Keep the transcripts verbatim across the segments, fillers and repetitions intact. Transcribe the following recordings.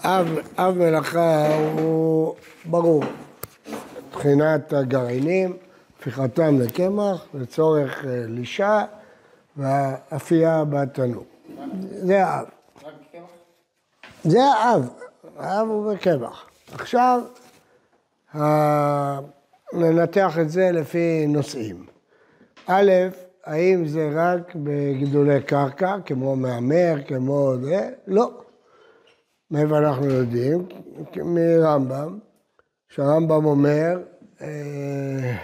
אב, אב מלאכה הוא ברור, מבחינת הגרעינים, הפיכתם לקמח, לצורך לישה והאפייה בתנור. זה האב. זה האב, האב הוא בקמח. עכשיו ננתח את זה לפי נושאים. א', האם זה רק בגידולי קרקע, כמו מאמר, כמו זה? לא. מאיפה אנחנו יודעים? מרמב"ם, שהרמב"ם אומר אה,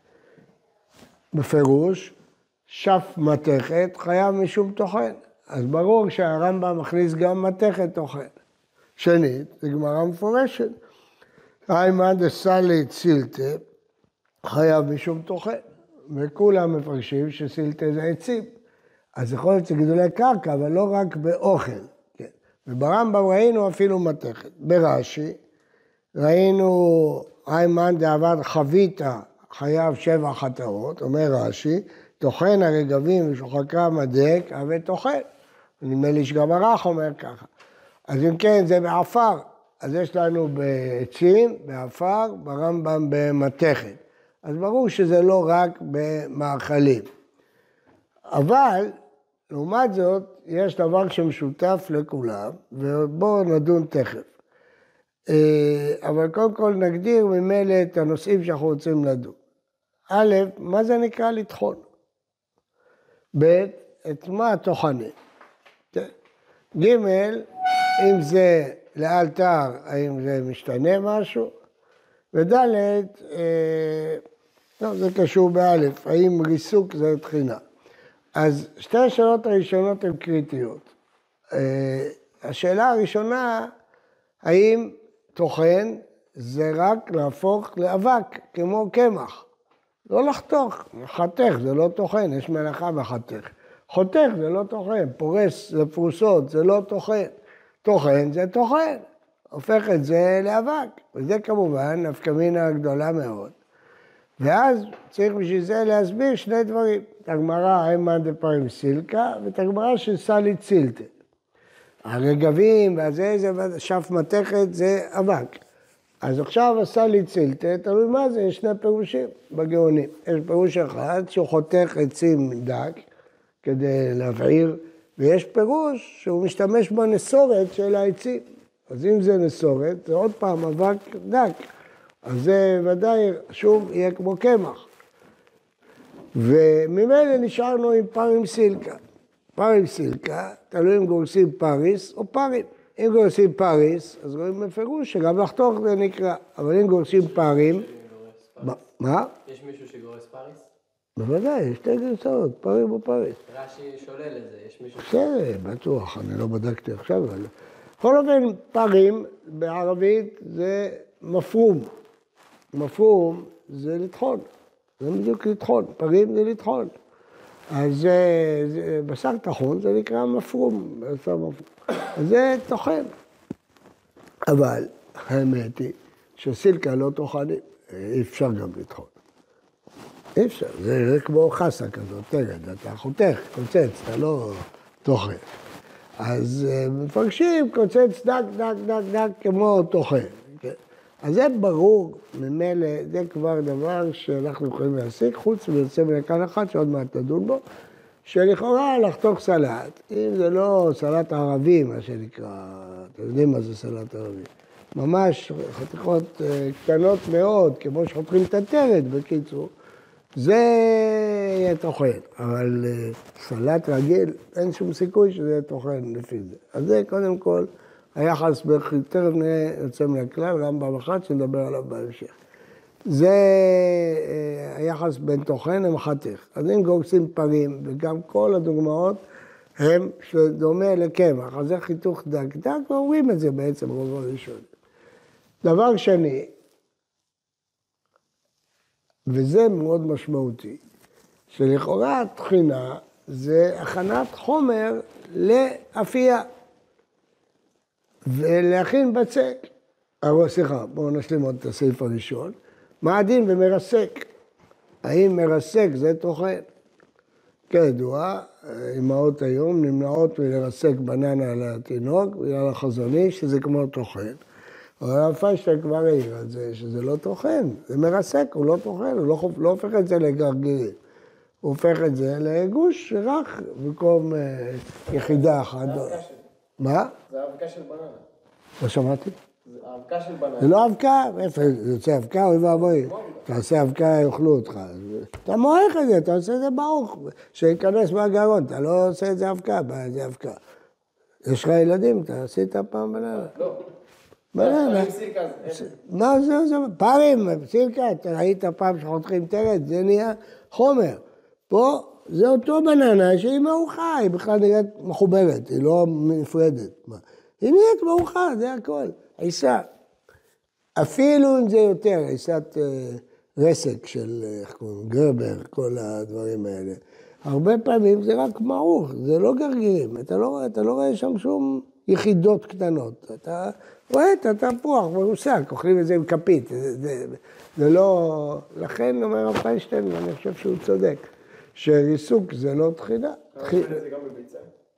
בפירוש, שף מתכת חייב משום טוחן. אז ברור שהרמב"ם מכניס גם מתכת טוחן. שנית, זה גמרא מפורשת. היימן דסלי צילתה חייב משום טוחן. וכולם מפרשים שסילתה זה עצים. אז יכול להיות שגידולי קרקע, אבל לא רק באוכל. כן. וברמב"ם ראינו אפילו מתכת. ברש"י ראינו היימן דעבד חביתה חייב שבע חטאות, אומר רש"י, טוחן הרגבים ושוחקה מדק, אבל טוחן. נדמה לי שגם הרח אומר ככה. אז אם כן, זה בעפר. אז יש לנו בעצים, בעפר, ברמב"ם במתכת. אז ברור שזה לא רק במאכלים. אבל, לעומת זאת, יש דבר שמשותף לכולם, ובואו נדון תכף. אבל קודם כל נגדיר ממילא את הנושאים שאנחנו רוצים לדון. א', מה זה נקרא לטחון? ב', את מה טוחנים? ג', אם זה לאלתר, האם זה משתנה משהו? וד', אה, לא, זה קשור באלף, האם ריסוק זה תחינה. אז שתי השאלות הראשונות הן קריטיות. אה, השאלה הראשונה, האם טוחן זה רק להפוך לאבק, כמו קמח. לא לחתוך, חתך זה לא טוחן, יש מלאכה בחתך. חותך זה לא טוחן, פורס זה פרוסות, זה לא טוחן. טוחן זה טוחן, הופך את זה לאבק. וזה כמובן נפקא מינה גדולה מאוד. ואז צריך בשביל זה להסביר שני דברים. את הגמרא היימן דפרים סילקה, ואת הגמרא של סלי צילתה. הרגבים והזה, זה שף מתכת, זה אבק. אז עכשיו הסלי צילתה, תלוי מה זה, יש שני פירושים בגאונים. יש פירוש אחד שהוא חותך עצים דק, כדי להבעיר, ויש פירוש שהוא משתמש בנסורת של העצים. אז אם זה נסורת, זה עוד פעם אבק דק. אז זה ודאי שוב יהיה כמו קמח. וממילא נשארנו עם פרים סילקה. פרים סילקה, תלוי אם גורסים פריס או פרים. אם גורסים פריס, אז רואים בפירוש שגם לחתוך זה נקרא. אבל אם גורסים פרים... מה? יש מישהו שגורס פריס? בוודאי, יש שתי גרסאות, פרים או פריס. רש"י שולל את זה, יש מישהו... בסדר, בטוח, אני לא בדקתי עכשיו, אבל... בכל אופן, פרים בערבית זה מפרום. מפרום זה לטחון. זה בדיוק לטחון. פרים זה לטחון. אז זה, בשר טחון זה נקרא מפרום. בשר מפרום. אז זה טוחן. אבל האמת היא שסילקה לא טוחנים. אי אפשר גם לטחון. אי אפשר. זה, זה כמו חסה כזאת. תגד, אתה חותך, קוצץ, אתה לא טוחן. אז מפרשים קוצץ דק, דק, דק, דק, כמו טוחן. אז זה ברור, ממילא, זה כבר דבר שאנחנו יכולים להסיק, חוץ ויוצא מלכאן אחד, שעוד מעט נדון בו, שלכאורה לחתוך סלט, אם זה לא סלט ערבי, מה שנקרא, אתם יודעים מה זה סלט ערבי, ממש חתיכות קטנות מאוד, כמו שחותכים את הטרת, בקיצור, זה יהיה טוחן, אבל סלט רגיל, אין שום סיכוי שזה יהיה טוחן לפי זה. אז זה קודם כל, היחס בערך יותר נראה יוצא מן הכלל, גם פעם אחת שנדבר עליו בהמשך. זה היחס בין טוחן למחתך. אז אם גורסים פרים, וגם כל הדוגמאות הם שדומה לקמח. אז זה חיתוך דק דק, ואומרים את זה בעצם רוב הראשון. דבר שני, וזה מאוד משמעותי, שלכאורה התחינה זה הכנת חומר לאפייה. ולהכין בצק. אבל סליחה, בואו נשלים עוד את הסעיף הראשון. מה הדין ומרסק? האם מרסק זה טוחן? כידוע, אמהות היום נמנעות מלרסק בננה על התינוק, בגלל החזון איש, שזה כמו טוחן. אבל הרב פיינשטיין כבר העיר על זה, שזה לא טוחן, זה מרסק, הוא לא טוחן, הוא לא, לא הופך את זה לגרגירים. הוא הופך את זה לגוש רך במקום אה, יחידה אחת. זה האבקה של... מה? זה האבקה של בננה. לא שמעתי? זה האבקה של בננה. זה לא אבקה? איפה? זה יוצא אבקה? אוי ואבוי. תעשה אבקה, יאכלו אותך. אתה מועך את זה, אתה עושה את זה ברוך, שיכנס מהגרון, אתה לא עושה את זה אבקה, זה אבקה. יש לך ילדים, אתה עשית פעם בננה? לא. בננה. מה זה, זה, פעמים, סילקה, אתה ראית פעם שחותכים תרת, זה נהיה חומר. פה זה אותו בננה שהיא מעוכה, היא בכלל נראית מחוברת, היא לא נפרדת. היא נראית מעוכה, זה הכל. עיסה. אפילו אם זה יותר, עיסת רסק של גרבר, כל הדברים האלה. הרבה פעמים זה רק מעוך, זה לא גרגירים. אתה לא, אתה לא רואה שם שום יחידות קטנות. אתה רואה את התפוח מרוסק, אוכלים את זה עם כפית. זה, זה, זה לא... לכן אומר הרב פיינשטיין, ואני חושב שהוא צודק, שריסוק זה לא תחילה. אתה עושה את זה גם בביצה?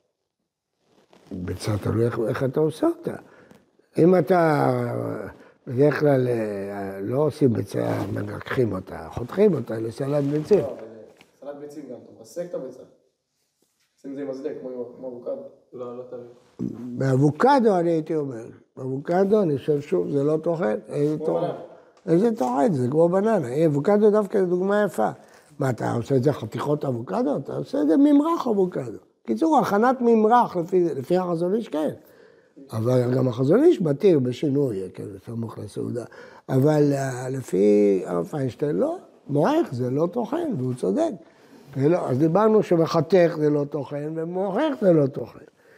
ביצה, תלוי איך, איך אתה עושה אותה. אם אתה בדרך כלל לא עושים ביצה, מנקחים אותה, חותכים אותה לסלט ביצים. לא, סלט ביצים גם, אתה מסק את הביצה. שים את זה עם מזלג, כמו אבוקדו. לא, לא תמיד. באבוקדו אני הייתי אומר, באבוקדו אני חושב שוב, זה לא טוחן. איזה טוחן, זה כמו בננה. אבוקדו דווקא זו דוגמה יפה. מה, אתה עושה את זה חתיכות אבוקדו? אתה עושה את זה ממרח אבוקדו. קיצור, הכנת ממרח לפי, לפי החזון איש, כן. אבל גם החזון איש מתיר בשינוי, כן, סמוך לסעודה. אבל לפי הרב פיינשטיין לא, מועך זה לא טוחן, והוא צודק. ולא, אז דיברנו שמחתך זה לא טוחן, ומועך זה לא טוחן.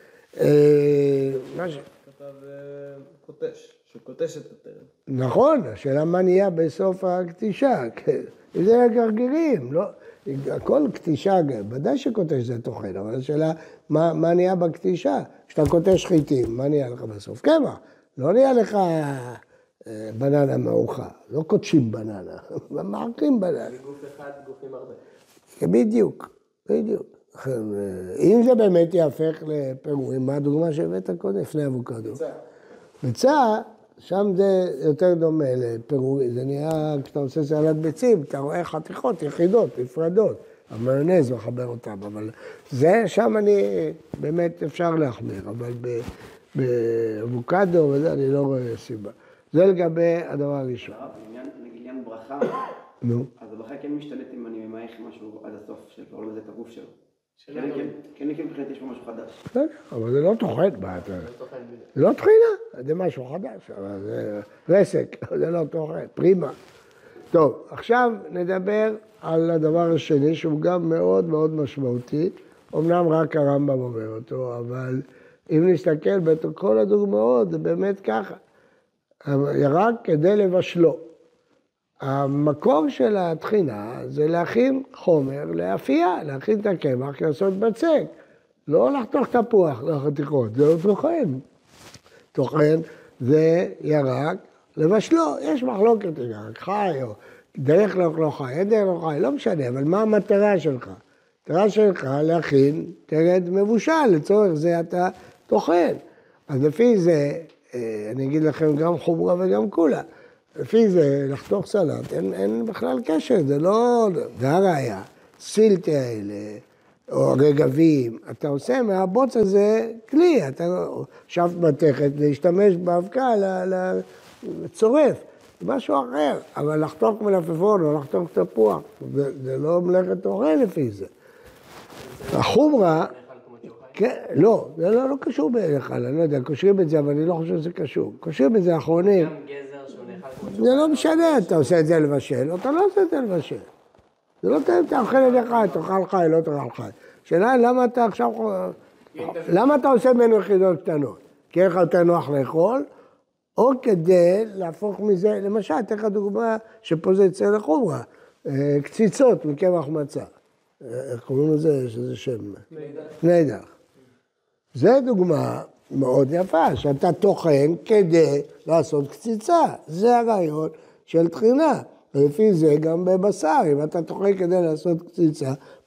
מה ש... כתב קוטש, שקוטש את הטרם. נכון, השאלה מה נהיה בסוף הקטישה, כן. זה גרגירים, לא... הכל קטישה, ודאי שקוטש זה טוחן, אבל השאלה, מה, מה נהיה בקטישה? כשאתה קוטש חיטים, מה נהיה לך בסוף? קמח, לא נהיה לך אה, בננה מעוכה, לא קוטשים בננה, מעקים בננה. גוף אחד, גופים הרבה. בדיוק, בדיוק. אם זה באמת יהפך לפירורים, מה הדוגמה שהבאת קודם, לפני אבוקדו? ביצה. ביצה, שם זה יותר דומה לפירורים, זה נהיה, כשאתה עושה סלט ביצים, אתה רואה חתיכות, יחידות, נפרדות, המיונז מחבר אותם, אבל זה, שם אני, באמת אפשר להחמיר, אבל באבוקדו וזה אני לא רואה סיבה. זה לגבי הדבר הראשון. נגיד עניין ברכה, אז הברכה כן משתלט אם אני ממעיך משהו עד הסוף, שקוראים לזה את הגוף שלו. כן, כן, מבחינת יש פה משהו חדש. אבל זה לא טוחן, זה לא טחינה, זה משהו חדש, אבל זה רסק, זה לא טוחן, פרימה. טוב, עכשיו נדבר על הדבר השני, שהוא גם מאוד מאוד משמעותי, אמנם רק הרמב"ם אומר אותו, אבל אם נסתכל בכל הדוגמאות, זה באמת ככה. ירק כדי לבשלו. המקור של התחינה זה להכין חומר לאפייה, להכין את הקמח, לעשות בצק. לא לחתוך תפוח לחתיכות, זה לא טוחן. טוחן זה ירק לבשלו. יש מחלוקת ירק חי או דרך לא חי, אין דרך לא חי, לא משנה, אבל מה המטרה שלך? המטרה שלך להכין תרד מבושל, לצורך זה אתה טוחן. אז לפי זה, אני אגיד לכם גם חומרה וגם כולה. לפי זה, לחתוך סלט, אין, אין בכלל קשר, זה לא... זה הראיה, סילטי האלה, או רגבים, אתה עושה מהבוץ הזה כלי, אתה שף מתכת להשתמש באבקה לצורף, זה משהו אחר, אבל לחתוך מלפפון או לחתוך תפוח, זה, זה לא מלאכת אוכל לפי זה. החומרה... כן, לא, זה לא, לא קשור בהיכל, אני לא יודע, קושרים את זה, אבל אני לא חושב שזה קשור. קושרים את זה האחרונים. גם גזר שהוא נאכל כמו זה לא משנה, אתה עושה את זה לבשל, או אתה לא עושה את זה לבשל. זה לא תאם, אתה אוכל את זה חי, תאכל חי, לא תאכל חי. שאלה, למה אתה עכשיו... למה אתה עושה ממנו יחידות קטנות? כי אין לך יותר נוח לאכול, או כדי להפוך מזה, למשל, אתן לך דוגמה שפה זה יצא לחומרה, קציצות מקמח מצה. איך קוראים לזה? יש איזה שם. נהדר. זה דוגמה מאוד יפה, שאתה טוחן כדי לעשות קציצה. זה הרעיון של טחינה. ולפי זה גם בבשר, אם אתה טוחן כדי לעשות קציצה,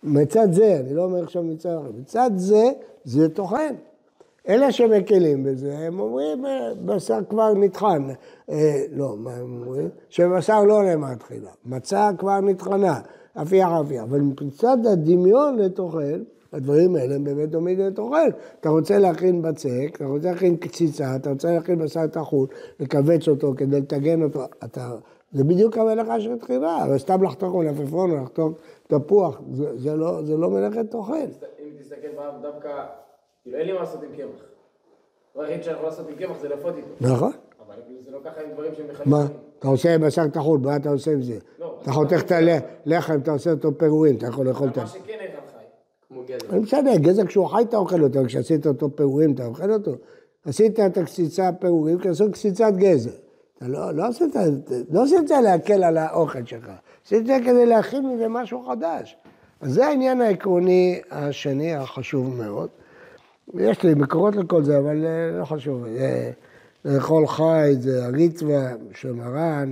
מצד זה, אני לא אומר עכשיו מצד אחר, מצד זה, זה טוחן. אלה שמקלים בזה, הם אומרים, בשר כבר נטחן. אה, לא, מה הם אומרים? שבשר לא נאמר תחילה. מצה כבר נטחנה, אפיח אפיח. אבל מצד הדמיון לטוחן, הדברים האלה הם באמת דומים לטוחן. אתה רוצה להכין בצק, אתה רוצה להכין קציצה, אתה רוצה להכין בשר טחון, לקבץ אותו כדי לתגן אותו. אתה, זה בדיוק המלאכה של תחילה, אבל סתם לחתוך מלפפון או לחתוך תפוח, זה, זה, לא, זה לא מלאכת טוחן. אם תסתכל פעם דווקא, כאילו אין לי מה לעשות עם קמח. הדבר היחיד שאני יכול לעשות עם קמח זה לפות איתו. נכון. אבל זה לא ככה עם דברים שהם מחליטים. מה? אתה עושה בשר טחון, מה אתה עושה עם זה? אתה חותך את הלחם, אתה עושה אותו פירורים, אתה יכול לאכול את זה. מה שכן איכן חי, כמו גזר. אני משנה, גזר כשהוא חי אתה אוכל אותו, כשעשית אותו פירורים אתה אוכל אותו. עשית את הקציצה פירורים, כי עשו קציצת גזר. אתה לא, לא עשית, לא עשית את זה להקל על האוכל שלך. עשית את זה כדי להכין מזה משהו חדש. אז זה העניין העקרוני השני, החשוב מאוד. יש לי מקורות לכל זה, אבל לא חשוב. לאכול חי, זה הריטווה של מרן,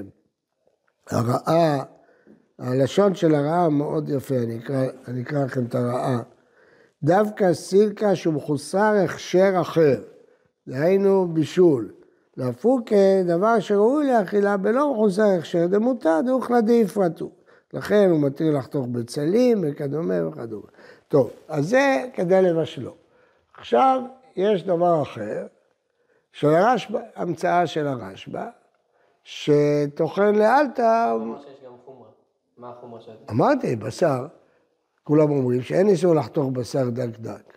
הרעה, הלשון של הרעה מאוד יפה, אני אקרא, אני אקרא לכם את הרעה. דווקא סילקה שהוא מחוסר הכשר אחר, דהיינו בישול. להפוק דבר שראוי לאכילה בלא מחוסר הכשר, דמותא דאוכלה דאיפרתו. לכן הוא מתיר לחתוך בצלים וכדומה וכדומה. טוב, אז זה כדי לבשלו. עכשיו יש דבר אחר, של הרשב"א, המצאה של הרשב"א, שטוחן לאלתר... אמר שיש גם חומרה. מה החומרה שאתה? אמרתי, בשר. כולם אומרים שאין איסור לחתוך בשר דק דק.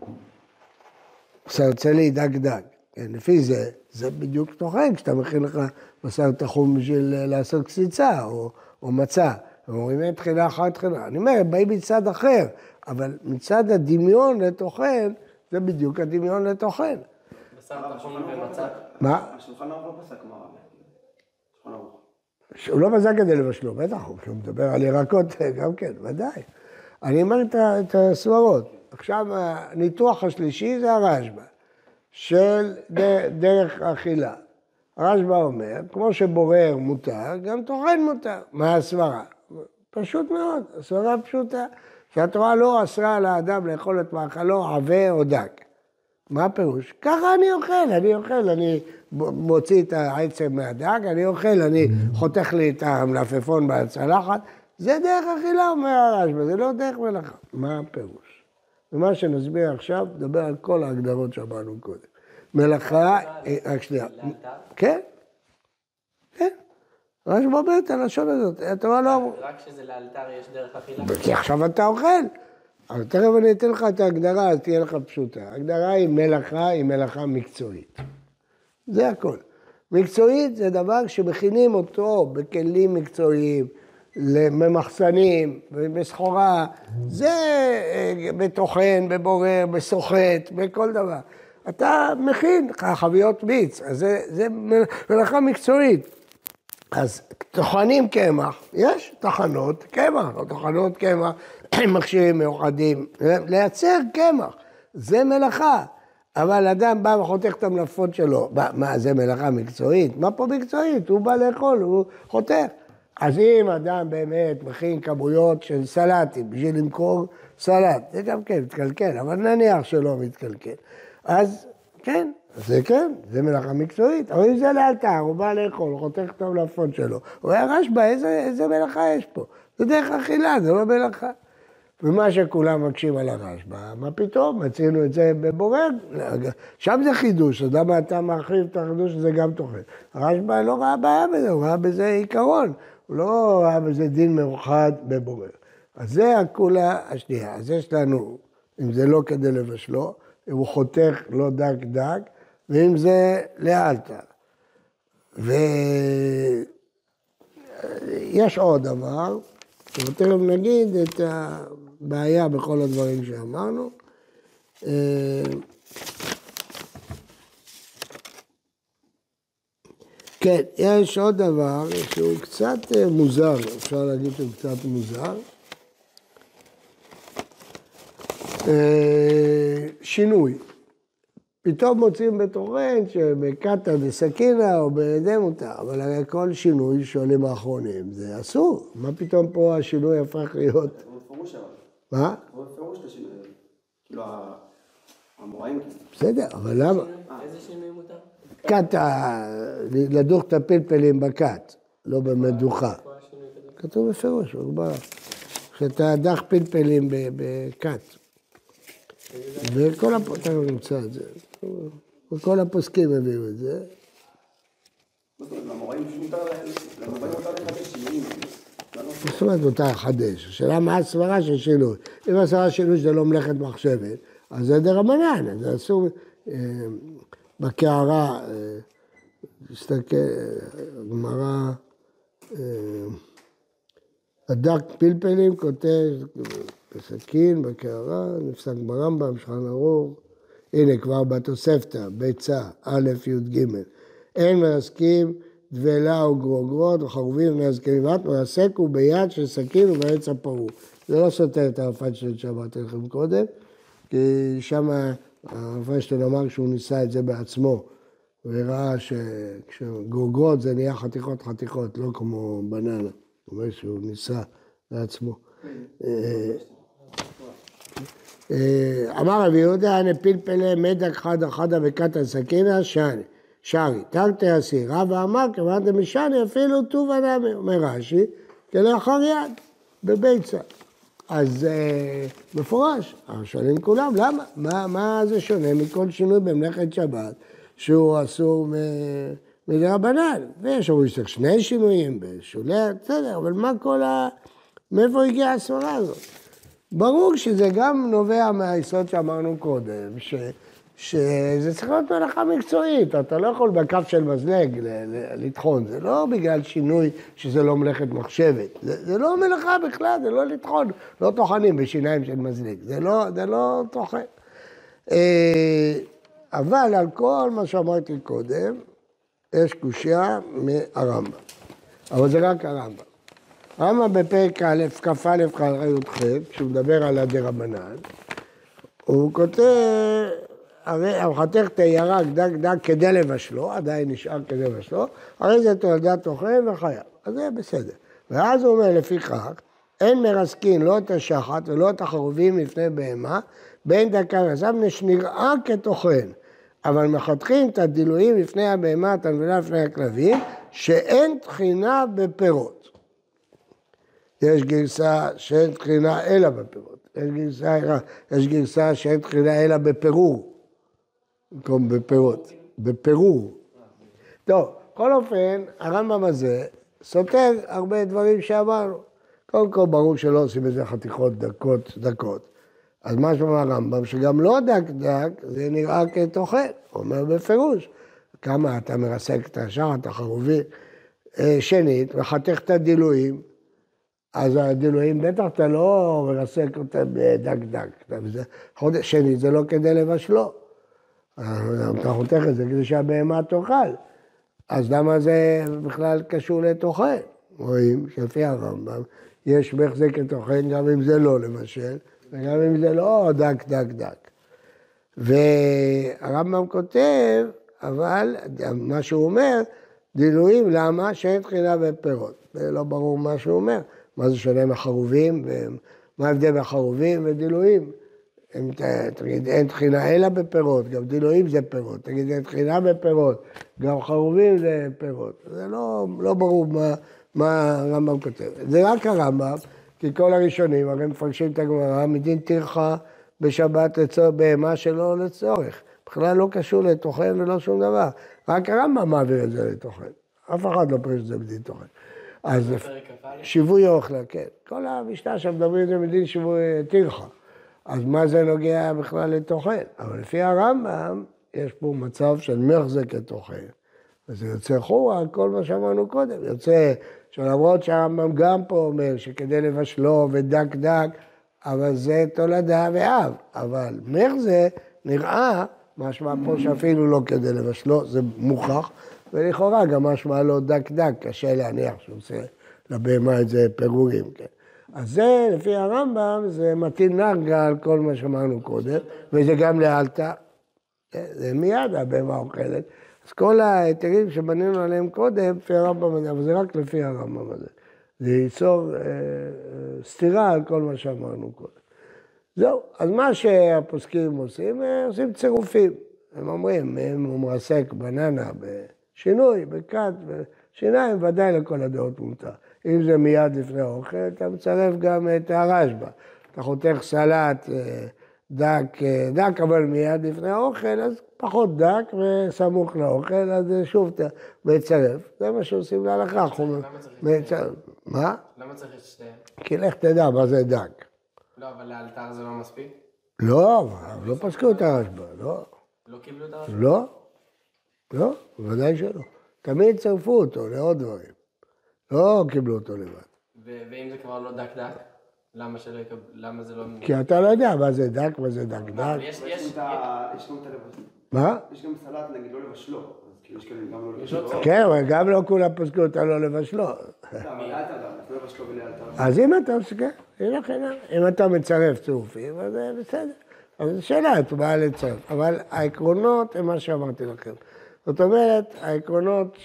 בשר צלי דק דק. כן, לפי זה, זה בדיוק טוחן, כשאתה מכין לך בשר תחום בשביל לעשות קציצה או, או מצה. הם אומרים, אין תחילה אחת תחילה. אני אומר, באים מצד אחר, אבל מצד הדמיון לטוחן, זה בדיוק הדמיון לטוחן. בשר תחום ומצה. מה? השולחן ערוך לא פסק מה רב. שולחן ערוך. הוא לא מזג כדי לבשלו, בטח, הוא מדבר על ירקות גם כן, ודאי. אני אומר את הסברות. עכשיו, הניתוח השלישי זה הרשב"א, של דרך אכילה. הרשב"א אומר, כמו שבורר מותר, גם טוחן מותר. מה הסברה? פשוט מאוד, הסברה פשוטה. שהתורה לא אסרה על האדם לאכול את מאכלו עבה או דק. מה הפירוש? ככה אני אוכל, אני אוכל, אני מוציא את העצם מהדג, אני אוכל, אני חותך לי את המלפפון בצלחת. זה דרך אכילה, אומר הרשב"א, זה לא דרך מלאכה. מה הפירוש? ומה שנסביר עכשיו, נדבר על כל ההגדרות שאמרנו קודם. מלאכה, רק שנייה. כן? כן. רשב"א אומר את הלשון הזאת, התורה לא אמרו. רק שזה לאלתר יש דרך אכילה. כי עכשיו אתה אוכל. אבל תכף אני אתן לך את ההגדרה, אז תהיה לך פשוטה. ההגדרה היא מלאכה, היא מלאכה מקצועית. זה הכל. מקצועית זה דבר שמכינים אותו בכלים מקצועיים, לממחסנים, בסחורה, זה בטוחן, בבורר, בסוחט, בכל דבר. אתה מכין חביות מיץ, אז זה, זה מלאכה מקצועית. אז טוחנים קמח, יש טחנות קמח, או טוחנות קמח, מכשירים מיוחדים, לייצר קמח, זה מלאכה. אבל אדם בא וחותך את המלפות שלו, מה, זה מלאכה מקצועית? מה פה מקצועית? הוא בא לאכול, הוא חותך. אז אם אדם באמת מכין כמויות של סלטים, בשביל למכור סלט, זה גם כן מתקלקל, אבל נניח שלא מתקלקל. אז כן, זה כן, זה מלאכה מקצועית, אבל אם זה לאלתר, הוא בא לאכול, הוא חותך את המלפות שלו, הוא היה רשב"א, איזה, איזה מלאכה יש פה? זה דרך אכילה, זה לא מלאכה. ומה שכולם מקשים על הרשב"א, מה פתאום? מצינו את זה בבורג, שם זה חידוש, אז למה אתה מרחיב את החידוש שזה גם תוכן? הרשב"א לא ראה בעיה בזה, הוא ראה בזה עיקרון, הוא לא ראה בזה דין מאוחד בבורג. אז זה הכולה השנייה, אז יש לנו, אם זה לא כדי לבשלו, אם הוא חותך לא דק דק, ואם זה לאלתר. ויש עוד דבר, ותכף נגיד את הבעיה בכל הדברים שאמרנו. כן, יש עוד דבר שהוא קצת מוזר, אפשר להגיד שהוא קצת מוזר. שינוי. פתאום מוצאים בטוחן שבקטע בסכינה או בידי מותר, אבל הרי כל שינוי שואלים האחרונים, זה אסור. מה פתאום פה השינוי הפך להיות? הוא פירוש אבל. מה? הוא בפירוש לשינוי. כאילו, המוראים... בסדר, אבל למה? איזה שינוי מותר? קט, לדוך את הפלפלים בקט, לא במדוכה. כתוב בפירוש, בגמרא. שאתה דח פלפלים בקט. וכל הפוסקים נמצא את זה. וכל הפוסקים הביאו את זה. למוראים מותר לחדש שינויים. זאת אומרת, מותר לחדש. השאלה מה הסברה של שינוי. אם הסברה של שינוי זה לא מלאכת מחשבת, אז זה דרבנן, זה אסור... בקערה, תסתכל, גמרא, הדק פלפלים כותב בסכין, בקערה, נפסק ברמב"ם, שולחן ערוך, הנה כבר בתוספתא, ביצה, א', י', ג', אין מרסקים דבלה או גרוגרות וחרובים מרסקים מת, מרסק הוא ביד של סכין ובעץ הפרוע. זה לא סותר את הרב פיינשטיין שאמרתי לכם קודם, כי שמה הרב פיינשטיין אמר שהוא ניסה את זה בעצמו, וראה שכשגרוגרות זה נהיה חתיכות חתיכות, לא כמו בננה. הוא אומר שהוא ניסה לעצמו. אמר רבי יהודה, הנה פלפלי מדק חדה חדה בקטן סכינה, שני, שרי, תרתי אסירה, ואמר כמעט משני אפילו טוב הנמי, אומר רש"י, כלאחר יד, בביצה. אז מפורש, שואלים כולם, למה? מה, מה זה שונה מכל שינוי במלאכת שבת, שהוא אסור מדרבנן? ויש אומרים שצריך שני שינויים בשולי, בסדר, אבל מה כל ה... מאיפה הגיעה הסברה הזאת? ברור שזה גם נובע מהיסוד שאמרנו קודם, ש... שזה צריך להיות מלאכה מקצועית, אתה לא יכול בכף של מזלג לטחון, זה לא בגלל שינוי שזה לא מלאכת מחשבת, זה, זה לא מלאכה בכלל, זה לא לטחון, לא טוחנים בשיניים של מזלג, זה לא, זה לא טוחן. אבל על כל מה שאמרתי קודם, יש קושיה מהרמב"ם, אבל זה רק הרמב"ם. הרמב"ם בפרק א', כ"א חלקי י"ח, כשהוא מדבר על הדרבנן, הוא כותב, הרי ארוחתך תירק דק דק כדי לבשלו, עדיין נשאר כדי לבשלו, הרי זה תולדת אוכל וחייב, אז זה בסדר. ואז הוא אומר לפיכך, אין מרסקין לא את השחת ולא את החרובים לפני בהמה, בין דקה וזב שנראה כתוכן, אבל מחתכים את הדילויים לפני הבהמה, את הנבלה לפני הכלבים, שאין תחינה בפירות. יש גרסה שאין תחינה אלא בפירות, יש גרסה, יש גרסה שאין תחינה אלא בפירור, במקום בפירות, בפירור. טוב, בכל אופן, הרמב"ם הזה סותר הרבה דברים שאמרנו. קודם כל ברור שלא עושים איזה חתיכות דקות דקות. אז מה שאומר הרמב"ם, שגם לא דק דק, זה נראה כתוכן, אומר בפירוש. כמה אתה מרסק את השחר, את החרובים. שנית, וחתך את הדילויים, אז הדילויים בטח אתה לא מרסק אותם דק דק. שנית, זה לא כדי לבשלו. אתה חותך את זה כדי שהבהמה תאכל. אז למה זה בכלל קשור לתוכן? רואים שלפי הרמב"ם יש מחזק לתוכן גם אם זה לא למשל, וגם אם זה לא דק דק דק. והרמב"ם כותב, אבל מה שהוא אומר, דילויים למה? שאין תחינה בפירות. זה לא ברור מה שהוא אומר. מה זה שונה מחרובים, ומה ההבדל בחרובים ודילויים? תגיד, אין תחינה אלא בפירות, גם דילויים זה פירות. תגיד, אין תחינה בפירות, גם חרובים זה פירות. זה לא, לא ברור מה, מה הרמב"ם כותב. זה רק הרמב"ם, כי כל הראשונים הרי מפרשים את הגמרא, מדין טרחה בשבת לצורך בהמה שלא לצורך. בכלל לא קשור לתוכן ולא שום דבר. רק הרמב"ם מעביר את זה לתוכן. אף אחד לא פרש את זה מדין תוכן. אז שיווי אוכלה, כן. כל המשנה שמדברים את זה מדין שיווי טרחה. אז מה זה נוגע בכלל לתוכן? אבל לפי הרמב"ם, יש פה מצב של מחזק לתוכן. וזה יוצא חורה על כל מה שאמרנו קודם. יוצא שלמרות שהרמב"ם גם פה אומר שכדי לבשלו ודק דק, אבל זה תולדה ואב. אבל מחזק נראה משמע פה שאפילו לא כדי לבשלו, זה מוכח. ולכאורה גם משמע לא דק דק, קשה להניח שהוא עושה לבהמה את זה פירורים, כן. אז זה, לפי הרמב"ם, זה מתאים נרגע על כל מה שאמרנו קודם, וזה גם לאלתר. זה מיד הבהמה אוכלת. אז כל ההיתרים שבנינו עליהם קודם, לפי הרמב"ם הזה, אבל זה רק לפי הרמב"ם הזה. זה ייצור אה, סתירה על כל מה שאמרנו קודם. זהו, אז מה שהפוסקים עושים, עושים צירופים. הם אומרים, אם הוא מרסק בננה בשינוי, בכת, בשיניים, ודאי לכל הדעות מותר. אם זה מיד לפני האוכל, אתה מצרף גם את הרשב"א. אתה חותך סלט דק, דק, אבל מיד לפני האוכל, אז פחות דק וסמוך לאוכל, אז שוב אתה מצרף. זה מה שעושים להלכה. למה צריך את מה? למה צריך את שתיהם? כי לך תדע מה זה דק. לא, אבל לאלתר זה לא מספיק? לא, לא פסקו את הרשב"א, לא. לא קיבלו את הרשב"א? לא, לא, בוודאי שלא. תמיד צרפו אותו לעוד דברים. לא קיבלו אותו לבד. ואם זה כבר לא דק דק? למה שלא יקבל, למה זה לא... כי אתה לא יודע מה זה דק, מה זה דק דק. יש, יש יש... גם את הלבשלו. מה? יש גם סלט, נגיד, לא לבשלו. אז כאילו יש כאלה גם לא לבשלו. כן, אבל גם לא כולם פסקו אותה לא לבשלו. אבל לאלתר גם, לא לבשלו ולאלתר. אז אם אתה מסכים, הנה חינם. אם אתה מצרף צירופים, אז זה בסדר. אז זו שאלה, את באה לצרף. אבל העקרונות הם מה שאמרתי לכם. זאת אומרת, העקרונות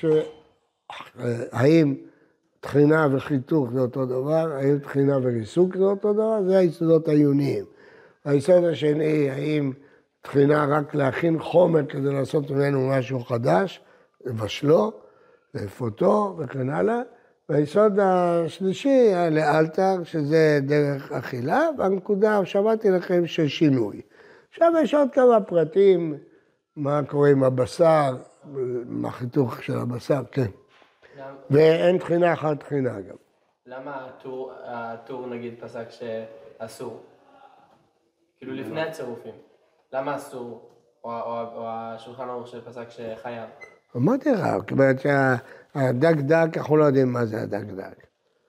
שהאם תחינה וחיתוך זה אותו דבר, האם תחינה וריסוק זה אותו דבר, זה היסודות העיוניים. היסוד השני, האם תחינה רק להכין חומר כדי לעשות ממנו משהו חדש, לבשלו, לאפותו וכן הלאה. והיסוד השלישי, לאלתר, שזה דרך אכילה, והנקודה, שמעתי לכם, של שינוי. עכשיו יש עוד כמה פרטים, מה קורה עם הבשר, מה החיתוך של הבשר, כן. ואין תחינה אחת תחינה גם. למה הטור נגיד פסק שאסור? כאילו לפני הצירופים. למה אסור? או השולחן ערוך שפסק שחייב? אמרתי לך, זאת אומרת שהדק דק, אנחנו לא יודעים מה זה הדק דק.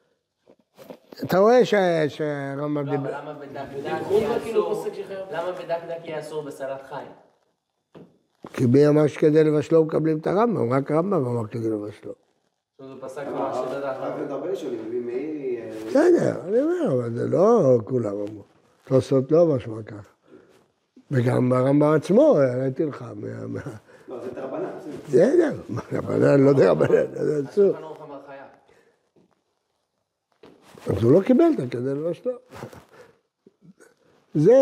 אתה רואה שהרמב"ם דיבר... לא, אבל למה בדק דק יהיה אסור? למה בדק דק יהיה אסור בסלט חי? כי מי אמר שכדי לבשלו מקבלים את הרמב"ם, רק הרמב"ם אמר כדי לבשלו. זה פסק ממש שדע רק לדבר שלי, מביא מאירי... בסדר, אני אומר, אבל זה לא כולם אמרו. תוספות לא משמע ככה. וגם הרמב"ם עצמו, הראיתי לך מה... לא, זה דרבנן. בסדר, דרבנן, לא דרבנן, זה אסור. השולחן ערוך אמר חייב. אז הוא לא קיבל את כדי לבשלו. זה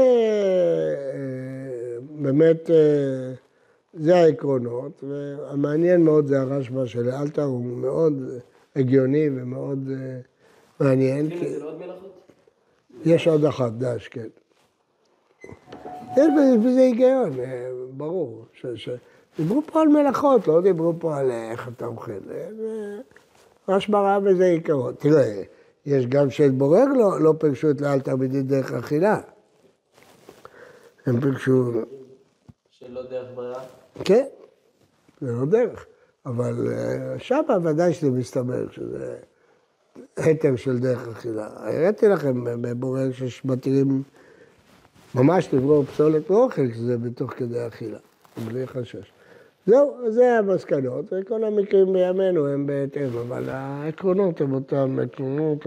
באמת, זה העקרונות, והמעניין מאוד זה הרשב"א של אלתר, הוא מאוד הגיוני ומאוד מעניין. זה לא עוד מלאכות? יש עוד אחת, דש, כן. יש בזה היגיון, ברור. דיברו פה על מלאכות, לא דיברו פה על איך אתה אוכל. רשב"א ראה בזה עיקרון. תראה, יש גם שאת בורר לא פגשו את לאלתר בדין דרך אכילה. הם פגשו... שלא דרך ברירה? כן, זה לא דרך. אבל שמה ודאי שזה מסתבר, שזה היתר של דרך אכילה. הראיתי לכם בבורר שמתירים ממש לברור פסולת מאוכל, כשזה בתוך כדי אכילה, בלי חשש. זהו, זה המסקנות, וכל המקרים בימינו הם בהתאם, אבל העקרונות הם אותם עקרונות.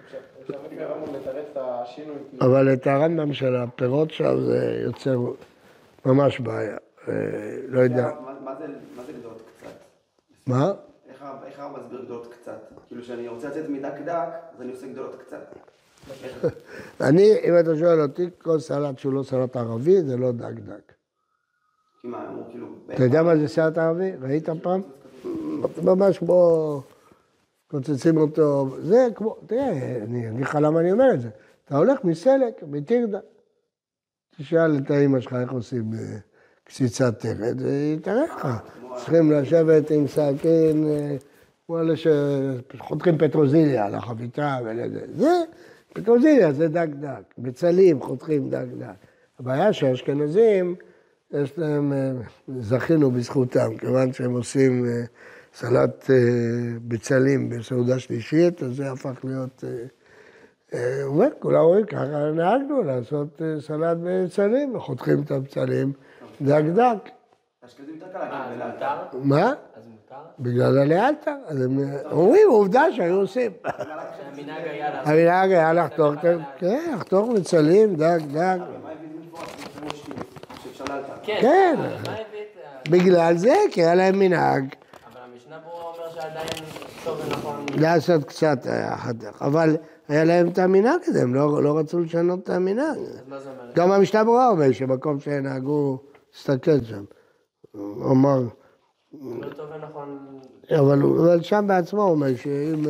אבל את הרמב"ם של הפירות שם זה יוצר ממש בעיה. לא יודע. מה זה גדולות קצת? מה? איך הרב מסביר גדולות קצת? כאילו שאני רוצה לצאת מדק דק, אז אני עושה גדולות קצת. אני, אם אתה שואל אותי, כל סלט שהוא לא סלט ערבי, זה לא דק דק. כי מה, אמרו כאילו... אתה יודע מה זה סלט ערבי? ראית פעם? ממש כמו... קוצצים אותו, זה כמו, תראה, אני אגיד לך למה אני אומר את זה. אתה הולך מסלק, מטירדה. תשאל את האמא שלך איך עושים קציצת תרד, והיא תראה לך. צריכים לשבת עם סכין, כמו אלה שחותכים פטרוזיליה על החביתה ולזה. זה, פטרוזיליה זה דק דק. בצלים חותכים דק דק. הבעיה שהאשכנזים, יש להם, זכינו בזכותם, כיוון שהם עושים... סלט בצלים בסעודה שלישית, אז זה הפך להיות... אומר, כולם אומרים, ככה נהגנו לעשות סלט בצלים, וחותכים את הבצלים דק דק. אשכנזים יותר קלה, אז מותר? מה? אז מותר? בגלל הלאלתר. אז הם אומרים, עובדה שהיו עושים. שהמנהג היה לעשות. המנהג היה לחתוך, כן, לחתוך בצלים דק דק. מה הביא מפורט? שאפשר לאלתר. כן, בגלל זה, כי היה להם מנהג. המשנה ברורה אומר שעדיין טוב ונכון. לעשות קצת חתך, אבל היה להם את המנהג הזה, הם לא, לא רצו לשנות את המנהג. גם המשנה ברורה אומר שבמקום שנהגו, תסתכל שם. הוא אמר... לא טוב ונכון... אבל, אבל שם בעצמו הוא אומר שאם...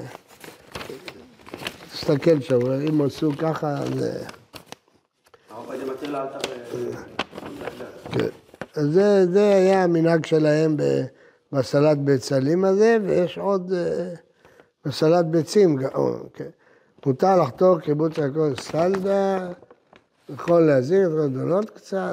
תסתכל שם, אם עשו ככה, זה... אז זה, זה היה המנהג שלהם בסלט ביצלים הזה, ויש עוד בסלט ביצים. מותר לחתור קיבוץ הכל סלדה, יכול להזיר את רדונות קצת.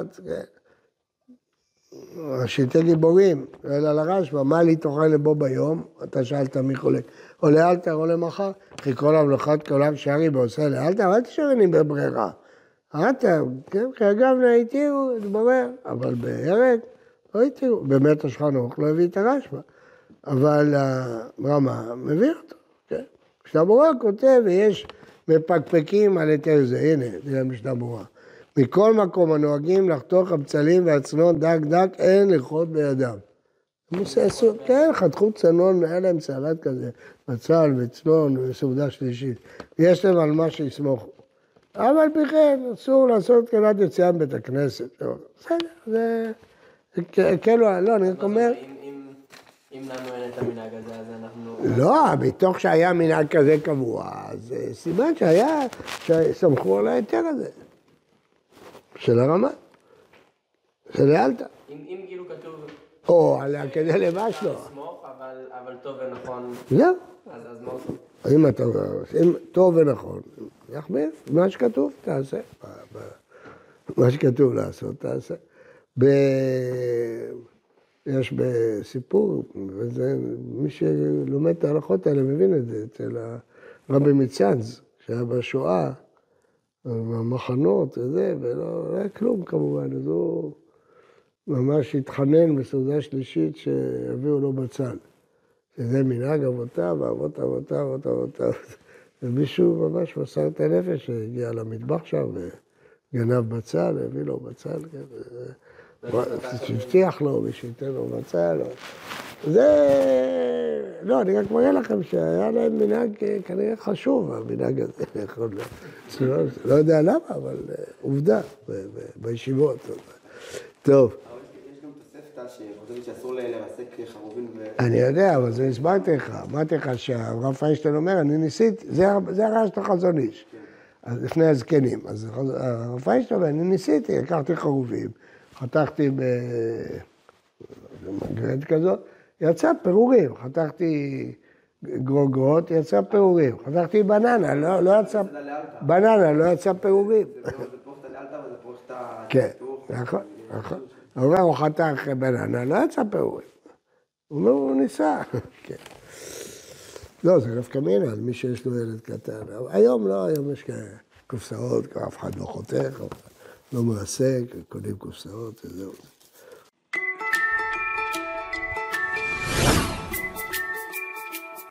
ראשיתי גיבורים, אלא לרשב"א, מה לי תאכל לבוא ביום? אתה שאלת מי חולק. או לאלתר או למחר, כי כל המלאכות כעולם שערי ועושה לאלתר, אל תשארנים בברירה. אלתר, כן, כאגב התירו, התברר, אבל בהרג לא התירו. באמת השולחן ערוך לא הביא את הרשב"א, אבל הרמ"א מביא אותו, כן. משנה ברורה כותב, ויש מפקפקים על היתר זה, הנה, זה המשנה ברורה. מכל מקום הנוהגים לחתוך הבצלים והצנון דק דק, אין ללכות בידם. כן, חתכו צנון, היה להם סלט כזה, בצל וצנון וסעודה שלישית. יש להם על מה שיסמוכו. אבל בכן, אסור לעשות כנת יציאה מבית הכנסת. בסדר, זה... כאילו, לא, אני אומר... אם לנו אין את המנהג הזה, אז אנחנו... לא, מתוך שהיה מנהג כזה קבוע, אז סימן שהיה, שסמכו על היתר הזה. של הרמ"א, של אלתר. אם כאילו כתוב... או, עליה כדי לבש לו. לסמוך, אבל טוב ונכון... לא. אז מה עושים? אם אתה אם טוב ונכון, יחמיר, מה שכתוב, תעשה. מה שכתוב לעשות, תעשה. יש בסיפור, וזה, מי שלומד את ההלכות האלה מבין את זה, אצל הרבי מצאנז, שהיה בשואה, במחנות וזה, ולא היה כלום כמובן, אז הוא ממש התחנן בסעודה שלישית שיביאו לו בצל. שזה מנהג אבותיו, אבות אבותיו, אבות אבותיו. ומישהו ממש מסר את הנפש שהגיע למטבח שם וגנב בצל, הביא לו בצל, שהבטיח לו ושייתן לו בצל. זה... לא, אני רק מראה לכם שהיה להם מנהג כנראה חשוב, המנהג הזה. לא יודע למה, אבל עובדה בישיבות. טוב. יש גם תוספתא שחושבת שאסור לרסק חרובין ו... אני יודע, אבל זה הסברתי לך. אמרתי לך שהרב פיינשטיין אומר, אני ניסיתי, זה הרעש של החזון איש. לפני הזקנים. אז הרב פיינשטיין אומר, אני ניסיתי, לקחתי חרובים, חתכתי במגרד כזאת, יצא פירורים, חתכתי גרוגרות, יצא פירורים, חתכתי בננה, לא יצא... בננה, לא יצא פירורים. זה פרוכת לאלתר וזה פרוכת... כן, נכון, נכון. הוא אומר, הוא חתך בננה, לא יצא פירורים. הוא אומר, הוא ניסה. כן. לא, זה נפקא מינה, על מי שיש לו ילד קטן. היום לא, היום יש קופסאות, אף אחד לא חותך, לא מעסק, קונים קופסאות וזהו.